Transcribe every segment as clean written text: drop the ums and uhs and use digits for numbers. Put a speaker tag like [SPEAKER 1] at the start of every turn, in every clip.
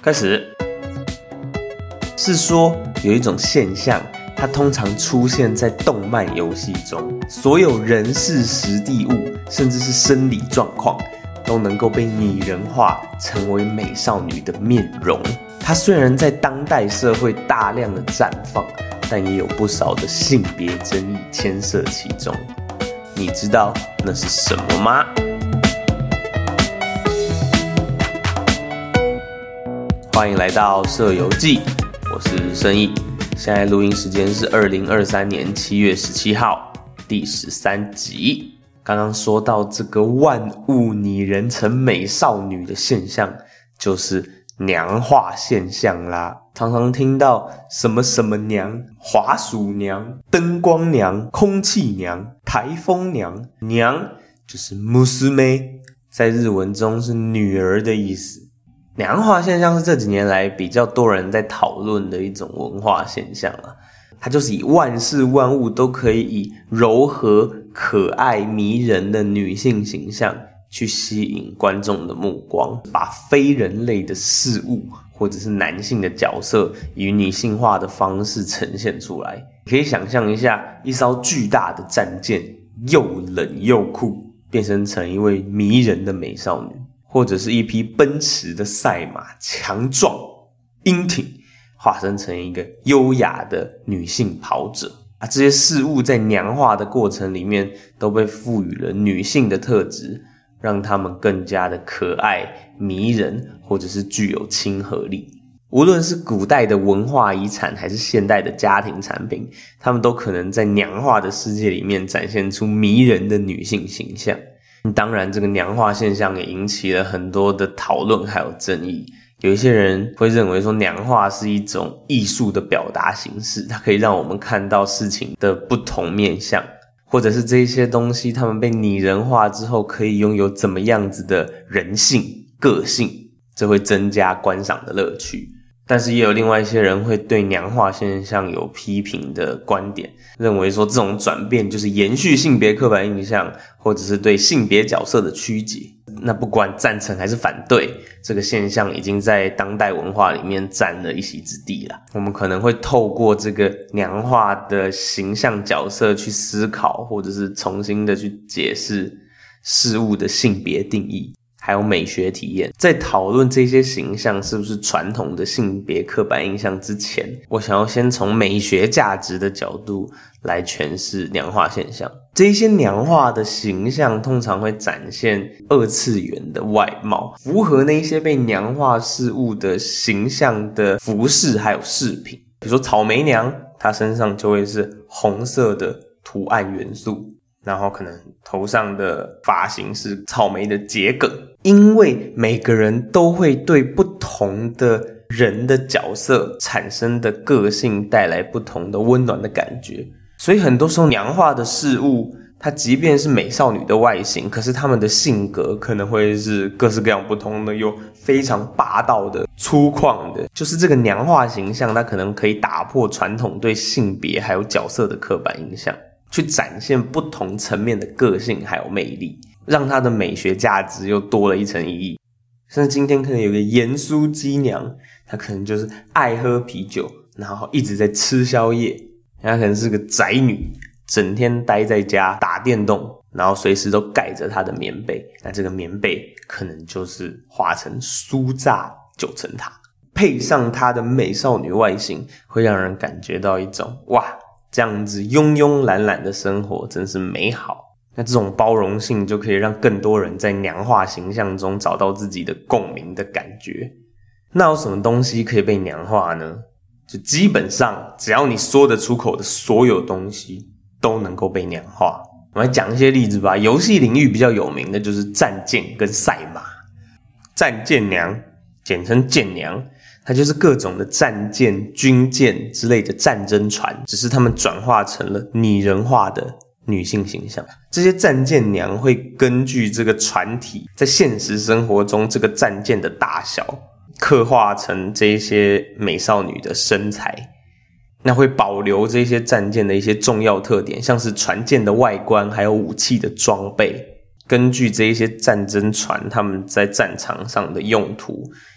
[SPEAKER 1] 开始。是说有一种现象，它通常出现在动漫游戏中，所有人事时地物，甚至是生理状况，都能够被拟人化，成为美少女的面容。它虽然在当代社会大量的绽放，但也有不少的性别争议牵涉其中。你知道那是什么吗？欢迎来到社游记，我是申毅。现在录音时间是2023年7月17号，第13集。刚刚说到这个万物拟人成美少女的现象，就是娘化现象啦。常常听到什么什么娘、滑鼠娘、灯光娘、空气娘、台风娘。娘就是娘，在日文中是女儿的意思。娘化现象是这几年来比较多人在讨论的一种文化现象啊。它就是以万事万物都可以以柔和、可爱、迷人的女性形象去吸引观众的目光，把非人类的事物或者是男性的角色以女性化的方式呈现出来。可以想象一下，一艘巨大的战舰又冷又酷，变身成一位迷人的美少女，或者是一匹奔驰的赛马，强壮英挺，化身成一个优雅的女性跑者啊！这些事物在娘化的过程里面都被赋予了女性的特质，让她们更加的可爱、迷人，或者是具有亲和力。无论是古代的文化遗产，还是现代的家庭产品，它们都可能在娘化的世界里面展现出迷人的女性形象。当然，这个娘化现象也引起了很多的讨论还有争议。有一些人会认为说，娘化是一种艺术的表达形式，它可以让我们看到事情的不同面向，或者是这些东西它们被拟人化之后可以拥有怎么样子的人性、个性，这会增加观赏的乐趣。但是也有另外一些人会对娘化现象有批评的观点，认为说这种转变就是延续性别刻板印象，或者是对性别角色的曲解。那不管赞成还是反对，这个现象已经在当代文化里面占了一席之地了。我们可能会透过这个娘化的形象角色去思考，或者是重新的去解释事物的性别定义，还有美学体验。在讨论这些形象是不是传统的性别刻板印象之前，我想要先从美学价值的角度来诠释娘化现象。这些娘化的形象通常会展现二次元的外貌，符合那些被娘化事物的形象的服饰还有饰品。比如说草莓娘，她身上就会是红色的图案元素，然后可能头上的发型是草莓的桔梗。因为每个人都会对不同的人的角色产生的个性带来不同的温暖的感觉，所以很多时候娘化的事物，它即便是美少女的外形，可是她们的性格可能会是各式各样不同的，有非常霸道的、粗犷的。就是这个娘化形象，它可能可以打破传统对性别还有角色的刻板印象，去展现不同层面的个性还有魅力，让它的美学价值又多了一层意义。甚至今天可能有个盐酥鸡娘，她可能就是爱喝啤酒，然后一直在吃宵夜。她可能是个宅女，整天待在家打电动，然后随时都盖着她的棉被。那这个棉被可能就是化成酥炸九层塔，配上她的美少女外形，会让人感觉到一种哇，这样子慵慵懒懒的生活真是美好。那这种包容性就可以让更多人在娘化形象中找到自己的共鸣的感觉。那有什么东西可以被娘化呢？就基本上只要你说得出口的所有东西都能够被娘化。我们来讲一些例子吧。游戏领域比较有名的就是战舰跟赛马。战舰娘，简称舰娘，它就是各种的战舰、军舰之类的战争船，只是它们转化成了拟人化的女性形象。这些战舰娘会根据这个船体在现实生活中这个战舰的大小，刻画成这些美少女的身材。那会保留这些战舰的一些重要特点，像是船舰的外观还有武器的装备，根据这一些战争船他们在战场上的用途，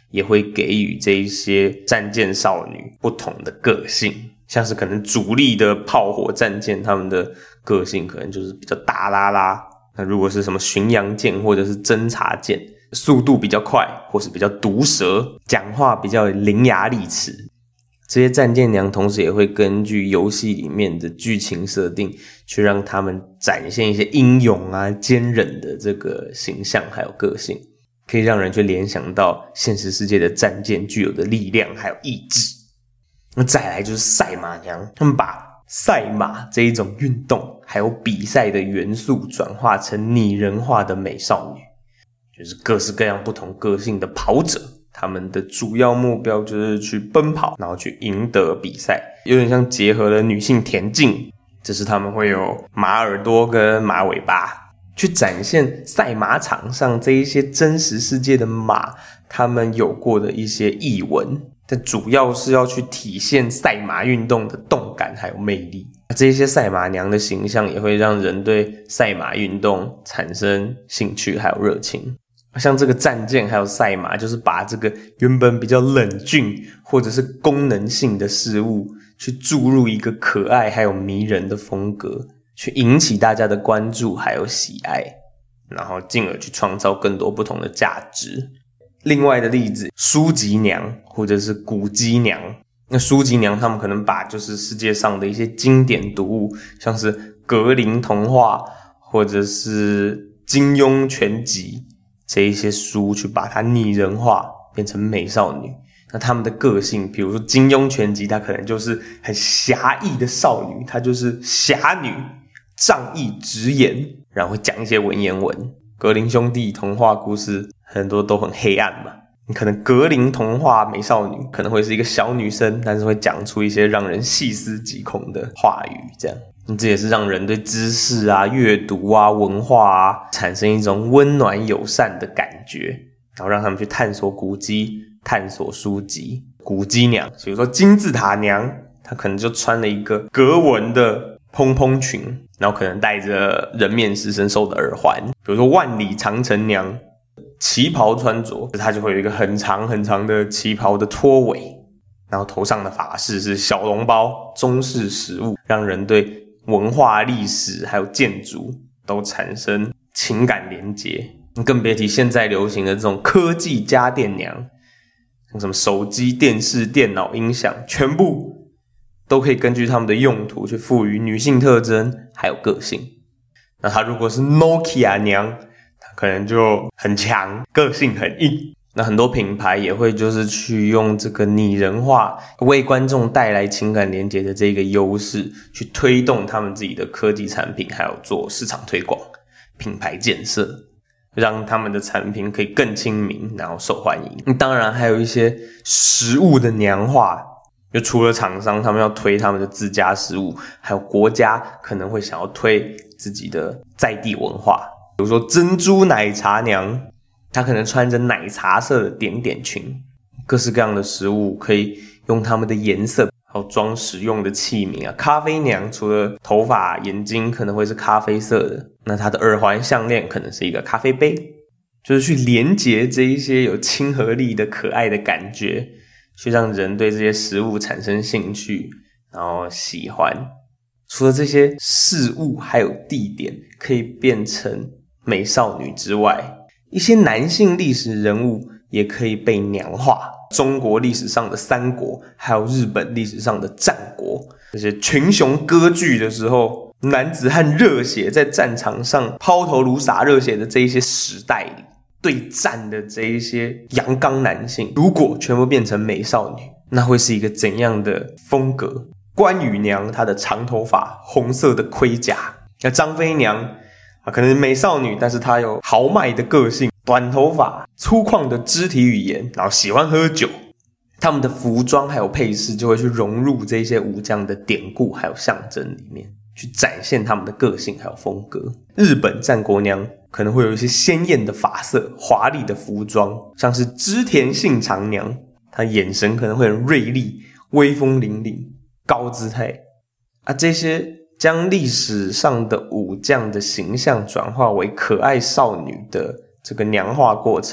[SPEAKER 1] 也会给予这一些战舰少女不同的个性，像是可能主力的炮火战舰，他们的个性可能就是比较大拉拉，那如果是什么巡洋舰或者是侦察舰，速度比较快或是比较毒舌，讲话比较伶牙俐齿。这些战舰娘同时也会根据游戏里面的剧情设定去让他们展现一些英勇啊坚韧的这个形象还有个性，可以让人去联想到现实世界的战舰具有的力量还有意志。那再来就是赛马娘，他们把赛马这一种运动还有比赛的元素转化成拟人化的美少女，就是各式各样不同个性的跑者，他们的主要目标就是去奔跑，然后去赢得比赛，有点像结合了女性田径，这是他们会有马耳朵跟马尾巴，去展现赛马场上这一些真实世界的马他们有过的一些艺文，但主要是要去体现赛马运动的动感还有魅力。这些赛马娘的形象也会让人对赛马运动产生兴趣还有热情。像这个战舰还有赛马，就是把这个原本比较冷峻或者是功能性的事物去注入一个可爱还有迷人的风格，去引起大家的关注还有喜爱，然后进而去创造更多不同的价值。另外的例子，书籍娘或者是古籍娘，那书籍娘他们可能把就是世界上的一些经典读物，像是格林童话或者是金庸全集这一些书去把它拟人化变成美少女。那他们的个性，比如说金庸全集，她可能就是很侠义的少女，她就是侠女，仗义直言，然后会讲一些文言文。格林兄弟童话故事很多都很黑暗嘛，你可能格林童话美少女可能会是一个小女生，但是会讲出一些让人细思极恐的话语，这样这也是让人对知识啊、阅读啊、文化啊产生一种温暖友善的感觉，然后让他们去探索古迹、探索书籍。古迹娘，比如说金字塔娘，她可能就穿了一个格纹的蓬蓬裙，然后可能戴着人面狮身兽的耳环。比如说万里长城娘，旗袍穿着，她就会有一个很长很长的旗袍的拖尾，然后头上的发饰是小笼包，中式食物，让人对文化、历史还有建筑都产生情感连结。更别提现在流行的这种科技家电娘，像什么手机、电视、电脑、音响，全部都可以根据他们的用途去赋予女性特征还有个性。那她如果是 Nokia 娘，她可能就很强，个性很硬。那很多品牌也会就是去用这个拟人化为观众带来情感连结的这个优势，去推动他们自己的科技产品，还有做市场推广、品牌建设，让他们的产品可以更亲民，然后受欢迎。当然还有一些食物的娘化，就除了厂商他们要推他们的自家食物，还有国家可能会想要推自己的在地文化。比如说珍珠奶茶娘，她可能穿着奶茶色的点点裙。各式各样的食物可以用它们的颜色还有装饰用的器皿啊。咖啡娘除了头发、眼睛可能会是咖啡色的，那她的耳环、项链可能是一个咖啡杯，就是去连结这一些有亲和力的可爱的感觉，去让人对这些食物产生兴趣，然后喜欢。除了这些事物还有地点可以变成美少女之外，一些男性历史人物也可以被娘化。中国历史上的三国，还有日本历史上的战国，这些群雄割据的时候，男子汉热血在战场上抛头颅洒热血的这一些时代里，对战的这一些阳刚男性，如果全部变成美少女，那会是一个怎样的风格？关羽娘她的长头发、红色的盔甲，那张飞娘可能是美少女，但是她有豪迈的个性，短头发、粗犷的肢体语言，然后喜欢喝酒。他们的服装还有配饰就会去融入这些武将的典故还有象征里面，去展现他们的个性还有风格。日本战国娘可能会有一些鲜艳的发色、华丽的服装，像是织田信长娘，她眼神可能会很锐利、威风凛凛、高姿态啊。这些将历史上的武将的形象转化为可爱少女的这个娘化过程，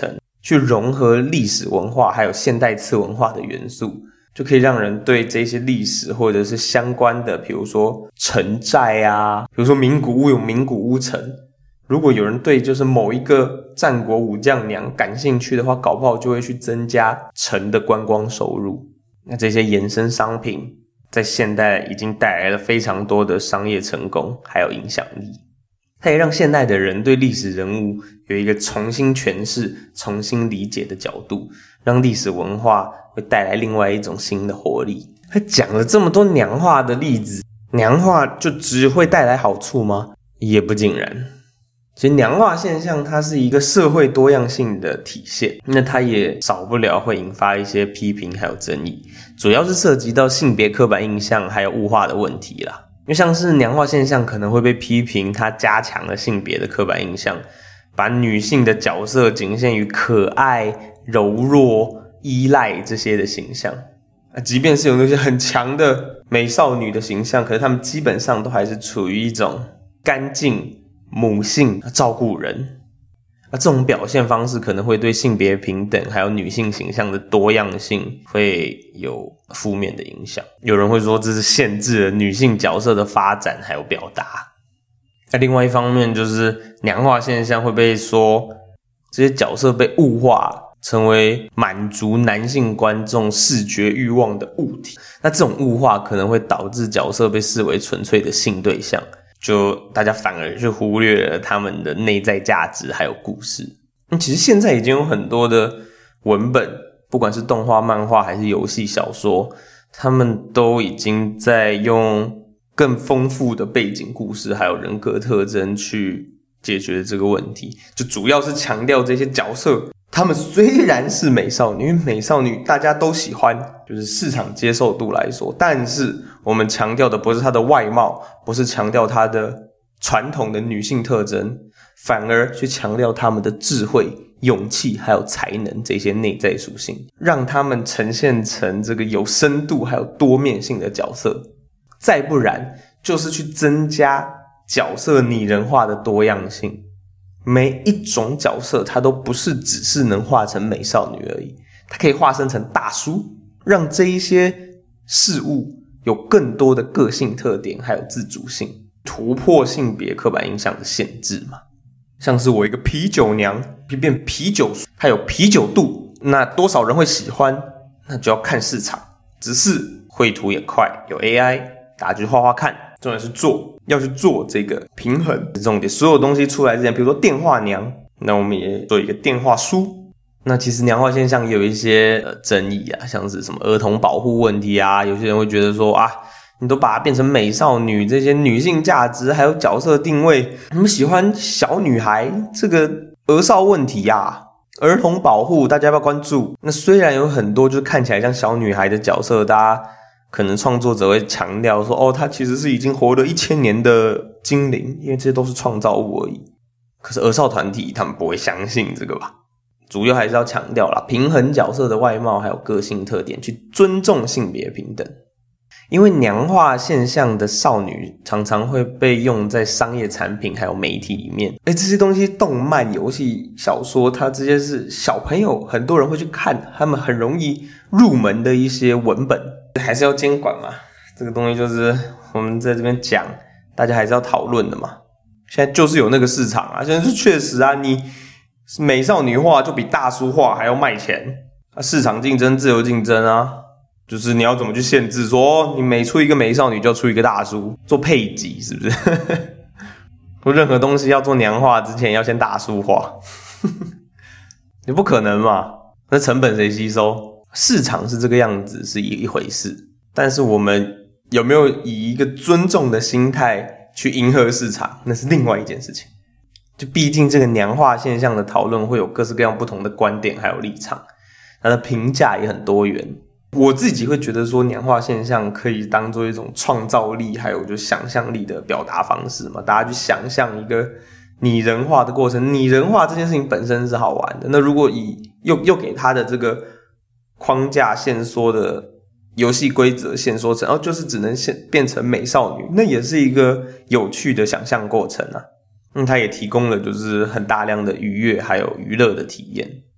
[SPEAKER 1] 去融合历史文化还有现代次文化的元素，就可以让人对这些历史或者是相关的，比如说城寨啊，比如说名古屋有名古屋城，如果有人对就是某一个战国武将娘感兴趣的话，搞不好就会去增加城的观光收入。那这些衍生商品在现代已经带来了非常多的商业成功还有影响力，它也让现代的人对历史人物有一个重新诠释重新理解的角度，让历史文化会带来另外一种新的活力。他讲了这么多娘化的例子，娘化就只会带来好处吗？也不尽然。其实娘化现象它是一个社会多样性的体现，那它也少不了会引发一些批评还有争议，主要是涉及到性别刻板印象还有物化的问题啦。因为像是娘化现象可能会被批评它加强了性别的刻板印象，把女性的角色仅限于可爱、柔弱、依赖这些的形象。即便是有那些很强的美少女的形象，可是她们基本上都还是处于一种干净、母性、照顾人。这种表现方式可能会对性别平等还有女性形象的多样性会有负面的影响。有人会说这是限制了女性角色的发展还有表达。另外一方面就是娘化现象会被说这些角色被物化，成为满足男性观众视觉欲望的物体。那这种物化可能会导致角色被视为纯粹的性对象，就大家反而就忽略了他们的内在价值还有故事。其实现在已经有很多的文本，不管是动画、漫画还是游戏、小说，他们都已经在用更丰富的背景故事还有人格特征去解决这个问题，就主要是强调这些角色他们虽然是美少女，因为美少女大家都喜欢，就是市场接受度来说，但是我们强调的不是她的外貌，不是强调她的传统的女性特征，反而去强调她们的智慧、勇气还有才能这些内在属性，让她们呈现成这个有深度还有多面性的角色。再不然就是去增加角色拟人化的多样性，每一种角色它都不是只是能化成美少女而已，它可以化身成大叔，让这一些事物有更多的个性特点还有自主性，突破性别刻板印象的限制嘛。像是我一个啤酒娘变啤酒，它有啤酒肚，那多少人会喜欢，那就要看市场。只是绘图也快，有 AI， 大家去画画看，重点是要去做这个平衡。重点所有东西出来之前，比如说电话娘，那我们也做一个电话书。那其实娘化现象也有一些争议啊，像是什么儿童保护问题啊，有些人会觉得说啊，你都把它变成美少女，这些女性价值还有角色定位，你们喜欢小女孩，这个儿少问题啊，儿童保护大家要不要关注？那虽然有很多就是看起来像小女孩的角色，大家可能创作者会强调说，哦，她其实是已经活了1000年的精灵，因为这些都是创造物而已。可是儿少团体他们不会相信这个吧？主要还是要强调啦，平衡角色的外貌还有个性特点，去尊重性别平等。因为娘化现象的少女常常会被用在商业产品还有媒体里面，这些东西动漫、游戏、小说，它这些是小朋友很多人会去看，他们很容易入门的一些文本，还是要监管嘛。这个东西就是我们在这边讲，大家还是要讨论的嘛。现在就是有那个市场啊，现在是确实啊，你美少女化就比大叔化还要卖钱啊，市场竞争、自由竞争啊。就是你要怎么去限制说，你每出一个美少女就出一个大叔，做配给是不是？说任何东西要做娘化之前要先大叔化，你不可能嘛？那成本谁吸收？市场是这个样子是一回事，但是我们有没有以一个尊重的心态去迎合市场，那是另外一件事情。就毕竟这个娘化现象的讨论会有各式各样不同的观点还有立场，它的评价也很多元。我自己会觉得说，娘化现象可以当做一种创造力还有就想象力的表达方式嘛，大家去想象一个拟人化的过程，拟人化这件事情本身是好玩的。那如果又给它的这个框架限缩的游戏规则限缩成，就是只能变成美少女，那也是一个有趣的想象过程啊。它也提供了就是很大量的愉悦还有娱乐的体验。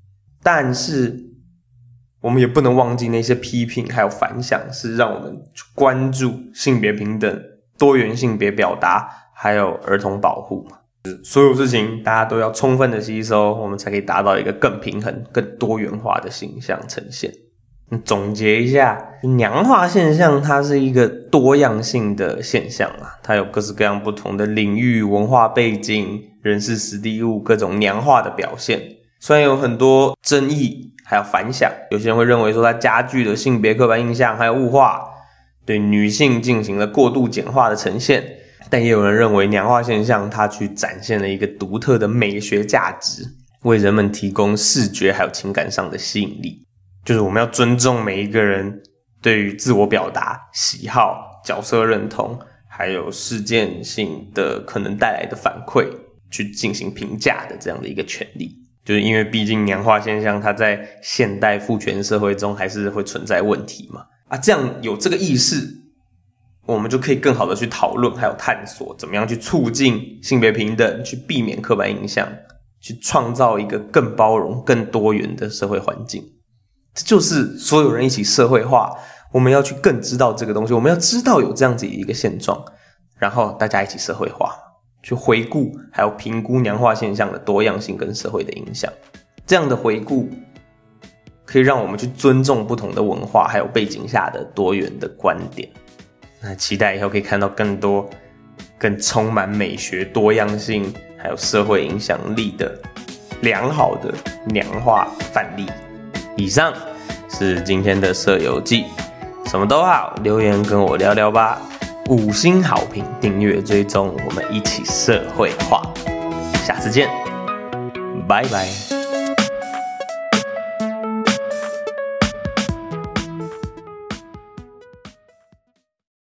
[SPEAKER 1] 但是我们也不能忘记那些批评还有反响，是让我们去关注性别平等、多元性别表达还有儿童保护。所有事情大家都要充分的吸收，我们才可以达到一个更平衡、更多元化的形象呈现。总结一下，娘化现象它是一个多样性的现象啊，它有各式各样不同的领域、文化背景、人事时地物各种娘化的表现。虽然有很多争议还有反响，有些人会认为说它加剧了性别刻板印象还有物化，对女性进行了过度简化的呈现，但也有人认为娘化现象它去展现了一个独特的美学价值，为人们提供视觉还有情感上的吸引力。就是我们要尊重每一个人对于自我表达、喜好、角色认同还有事件性的可能带来的反馈去进行评价的这样的一个权利。就是因为毕竟娘化现象它在现代父权社会中还是会存在问题嘛，这样有这个意识，我们就可以更好的去讨论还有探索怎么样去促进性别平等，去避免刻板印象，去创造一个更包容更多元的社会环境。这就是所有人一起社会化，我们要去更知道这个东西，我们要知道有这样子一个现状，然后大家一起社会化，去回顾还有评估娘化现象的多样性跟社会的影响。这样的回顾可以让我们去尊重不同的文化还有背景下的多元的观点。那期待以后可以看到更多更充满美学、多样性还有社会影响力的良好的娘化范例。以上是今天的社游记，什么都好，留言跟我聊聊吧，5星好评，订阅追踪，我们一起社会化，下次见，拜拜。